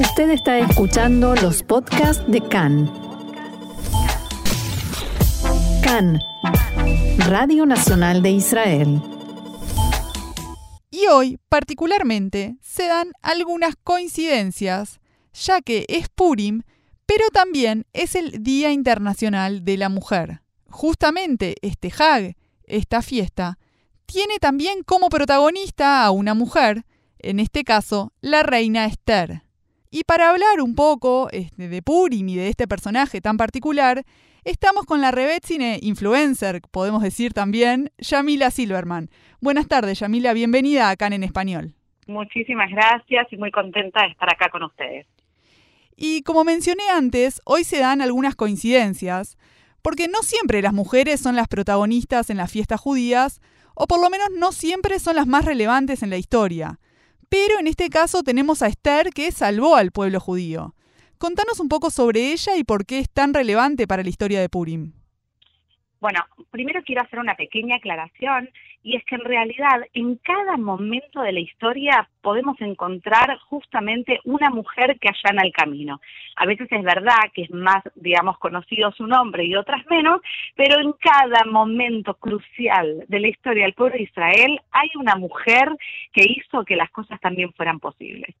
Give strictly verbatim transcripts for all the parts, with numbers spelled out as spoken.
Usted está escuchando los podcasts de C A N. C A N, Radio Nacional de Israel. Y hoy, particularmente, se dan algunas coincidencias, ya que es Purim, pero también es el Día Internacional de la Mujer. Justamente este Hag, esta fiesta, tiene también como protagonista a una mujer, en este caso, la reina Esther. Y para hablar un poco este, de Purim y de este personaje tan particular, estamos con la Rebetzine influencer, podemos decir también, Yamila Silverman. Buenas tardes, Yamila, bienvenida a C A N en Español. Muchísimas gracias y muy contenta de estar acá con ustedes. Y como mencioné antes, hoy se dan algunas coincidencias, porque no siempre las mujeres son las protagonistas en las fiestas judías, o por lo menos no siempre son las más relevantes en la historia. Pero en este caso tenemos a Esther, que salvó al pueblo judío. Contanos un poco sobre ella y por qué es tan relevante para la historia de Purim. Bueno, primero quiero hacer una pequeña aclaración, y es que en realidad en cada momento de la historia podemos encontrar justamente una mujer que allana el camino. A veces es verdad que es más, digamos, conocido su nombre y otras menos, pero en cada momento crucial de la historia del pueblo de Israel hay una mujer que hizo que las cosas también fueran posibles.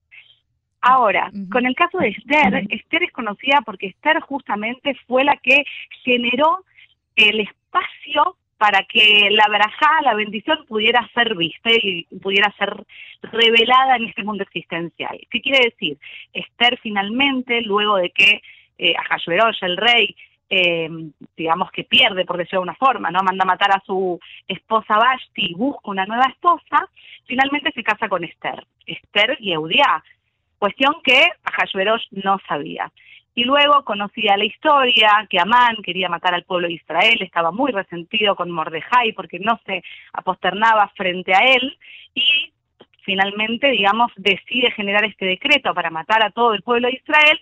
Ahora, uh-huh. con el caso de Esther, uh-huh. Esther es conocida porque Esther justamente fue la que generó el espacio para que la barajá, la bendición, pudiera ser vista y pudiera ser revelada en este mundo existencial. ¿Qué quiere decir? Esther finalmente, luego de que eh, Ahasverosh, el rey, eh, digamos que pierde, por decirlo de una forma, ¿no? Manda a matar a su esposa Vashti y busca una nueva esposa, finalmente se casa con Esther. Esther Yehudiá, cuestión que Ahasverosh no sabía. Y luego conocía la historia, que Amán quería matar al pueblo de Israel, estaba muy resentido con Mordejai porque no se aposternaba frente a él, y finalmente, digamos, decide generar este decreto para matar a todo el pueblo de Israel,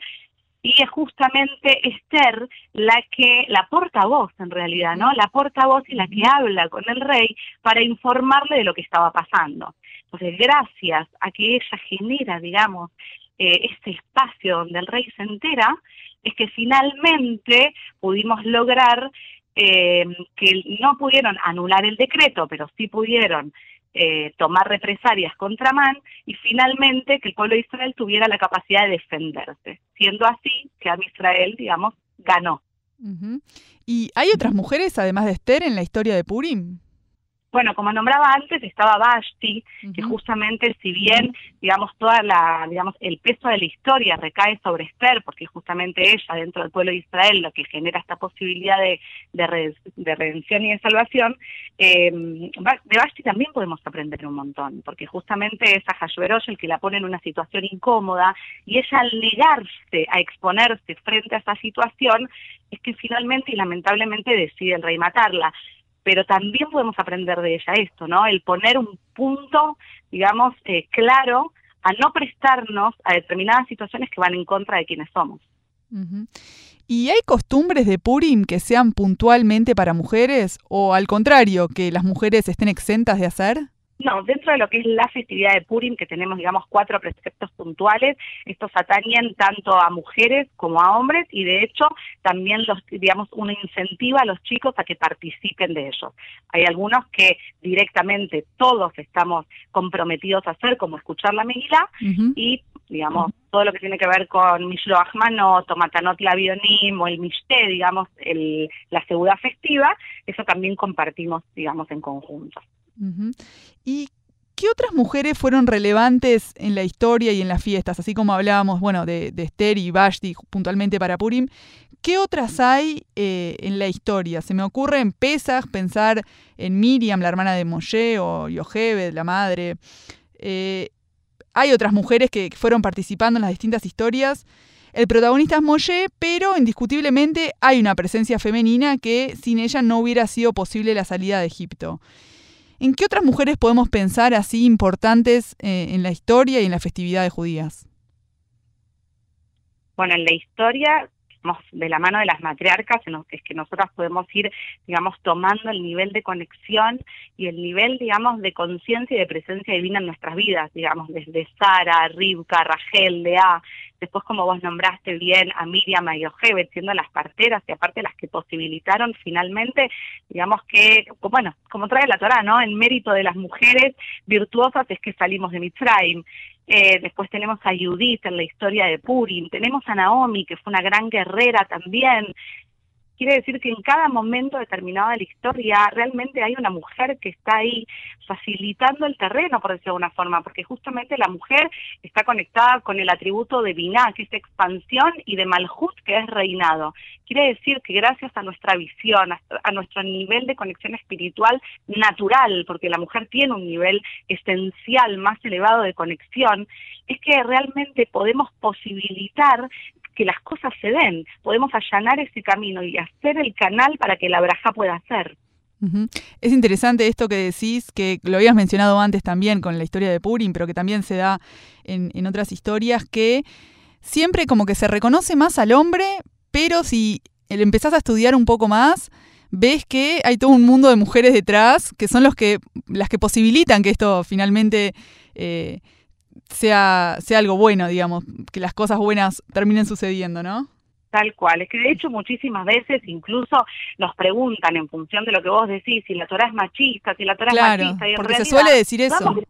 y es justamente Esther la que, la portavoz en realidad, ¿no? La portavoz y la que habla con el rey para informarle de lo que estaba pasando. Entonces, gracias a que ella genera, digamos, Eh, este espacio donde el rey se entera, es que finalmente pudimos lograr eh, que no pudieron anular el decreto, pero sí pudieron eh, tomar represalias contra Amán, y finalmente que el pueblo de Israel tuviera la capacidad de defenderse, siendo así que Am Israel, digamos, ganó. Uh-huh. ¿Y hay otras mujeres, además de Esther, en la historia de Purim? Bueno, como nombraba antes, estaba Vashti, uh-huh. que justamente, si bien, digamos, toda la, digamos, el peso de la historia recae sobre Esther, porque justamente ella, dentro del pueblo de Israel, lo que genera esta posibilidad de, de, re, de redención y de salvación, eh, de Vashti también podemos aprender un montón, porque justamente es Ahasverosh el que la pone en una situación incómoda, y ella al negarse a exponerse frente a esa situación, es que finalmente y lamentablemente decide el rey matarla. Pero también podemos aprender de ella esto, ¿no? El poner un punto, digamos, eh, claro, a no prestarnos a determinadas situaciones que van en contra de quienes somos. Uh-huh. ¿Y hay costumbres de Purim que sean puntualmente para mujeres, o al contrario, que las mujeres estén exentas de hacer? No, dentro de lo que es la festividad de Purim, que tenemos, digamos, cuatro preceptos puntuales, estos atañen tanto a mujeres como a hombres, y de hecho también los, digamos, una incentiva a los chicos a que participen de ellos. Hay algunos que directamente todos estamos comprometidos a hacer, como escuchar la Megilá, uh-huh. y, digamos, uh-huh. todo lo que tiene que ver con Mishloach Manot, o Matanot Lavionim, o el Mishté, digamos, el, la segunda festiva, eso también compartimos, digamos, en conjunto. Uh-huh. ¿Y qué otras mujeres fueron relevantes en la historia y en las fiestas? Así como hablábamos, bueno, de, de Esther y Vashti puntualmente para Purim, ¿qué otras hay eh, en la historia? Se me ocurre en Pesaj pensar en Miriam, la hermana de Moshe, o Yocheved, la madre. Eh, hay otras mujeres que fueron participando en las distintas historias. El protagonista es Moshe, pero indiscutiblemente hay una presencia femenina que sin ella no hubiera sido posible la salida de Egipto. ¿En qué otras mujeres podemos pensar así importantes eh, en la historia y en las festividades judías? Bueno, en la historia, digamos, de la mano de las matriarcas, es que nosotras podemos ir, digamos, tomando el nivel de conexión y el nivel, digamos, de conciencia y de presencia divina en nuestras vidas, digamos, desde Sara, Rivka, Rachel, Lea, después como vos nombraste bien a Miriam y Yocheved, siendo las parteras y aparte las que posibilitaron finalmente, digamos que, bueno, como trae la Torá, ¿no? El mérito de las mujeres virtuosas es que salimos de Mitzrayim. Eh, después tenemos a Judith en la historia de Purim, tenemos a Naomi, que fue una gran guerrera también. Quiere decir que en cada momento determinado de la historia realmente hay una mujer que está ahí facilitando el terreno, por decirlo de alguna forma, porque justamente la mujer está conectada con el atributo de Binah, que es expansión, y de Malhut, que es reinado. Quiere decir que gracias a nuestra visión, a nuestro nivel de conexión espiritual natural, porque la mujer tiene un nivel esencial más elevado de conexión, es que realmente podemos posibilitar que las cosas se den, podemos allanar ese camino y hacer el canal para que la braja pueda hacer. Uh-huh. Es interesante esto que decís, que lo habías mencionado antes también con la historia de Purim, pero que también se da en, en otras historias, que siempre como que se reconoce más al hombre, pero si le empezás a estudiar un poco más, ves que hay todo un mundo de mujeres detrás, que son los que las que posibilitan que esto finalmente eh, sea, sea algo bueno, digamos, que las cosas buenas terminen sucediendo, ¿no? Tal cual, es que de hecho muchísimas veces incluso nos preguntan en función de lo que vos decís, si la Torá es machista, si la Torá claro, es machista. Y en porque realidad, se suele decir eso. Vamos,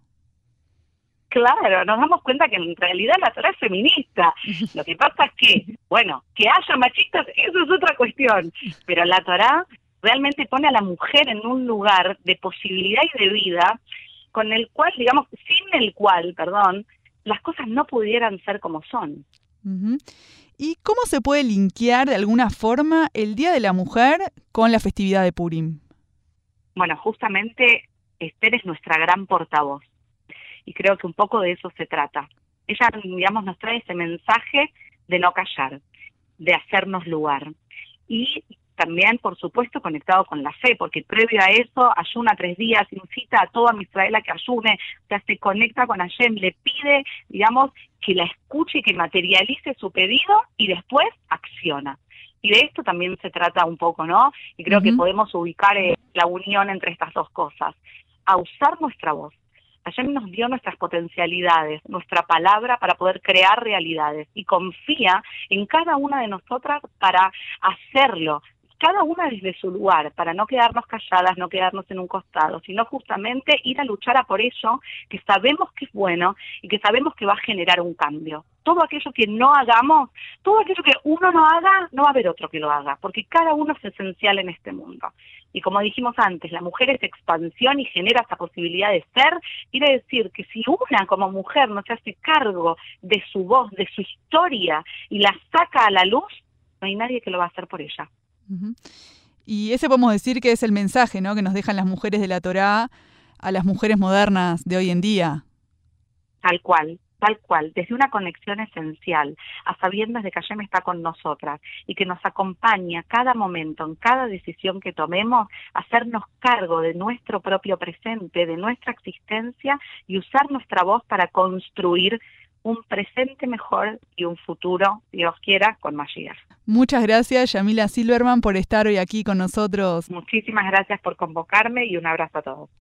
claro, nos damos cuenta que en realidad la Torá es feminista. Lo que pasa es que, bueno, que haya machistas, eso es otra cuestión, pero la Torá realmente pone a la mujer en un lugar de posibilidad y de vida con el cual, digamos, sin el cual, perdón, las cosas no pudieran ser como son. Uh-huh. ¿Y cómo se puede linkear de alguna forma el Día de la Mujer con la festividad de Purim? Bueno, justamente Esther es nuestra gran portavoz y creo que un poco de eso se trata. Ella, digamos, nos trae ese mensaje de no callar, de hacernos lugar. Y también, por supuesto, conectado con la fe, porque previo a eso, ayuna tres días, incita a toda Israel a que ayune, o sea, se conecta con Hashem, le pide, digamos, que la escuche y que materialice su pedido y después acciona. Y de esto también se trata un poco, ¿no? Y creo uh-huh. que podemos ubicar eh, la unión entre estas dos cosas. A usar nuestra voz. Hashem nos dio nuestras potencialidades, nuestra palabra para poder crear realidades y confía en cada una de nosotras para hacerlo, cada una desde su lugar, para no quedarnos calladas, no quedarnos en un costado, sino justamente ir a luchar a por eso que sabemos que es bueno y que sabemos que va a generar un cambio. Todo aquello que no hagamos, todo aquello que uno no haga, no va a haber otro que lo haga, porque cada uno es esencial en este mundo. Y como dijimos antes, la mujer es expansión y genera esa posibilidad de ser. Quiere decir que si una como mujer no se hace cargo de su voz, de su historia, y la saca a la luz, no hay nadie que lo va a hacer por ella. Uh-huh. Y ese podemos decir que es el mensaje, ¿no?, que nos dejan las mujeres de la Torá a las mujeres modernas de hoy en día. Tal cual. Tal cual, desde una conexión esencial, a sabiendas de que Hashem está con nosotras y que nos acompaña cada momento, en cada decisión que tomemos, a hacernos cargo de nuestro propio presente, de nuestra existencia y usar nuestra voz para construir un presente mejor y un futuro, Dios quiera, con Mashiach. Muchas gracias, Yamila Silverman, por estar hoy aquí con nosotros. Muchísimas gracias por convocarme y un abrazo a todos.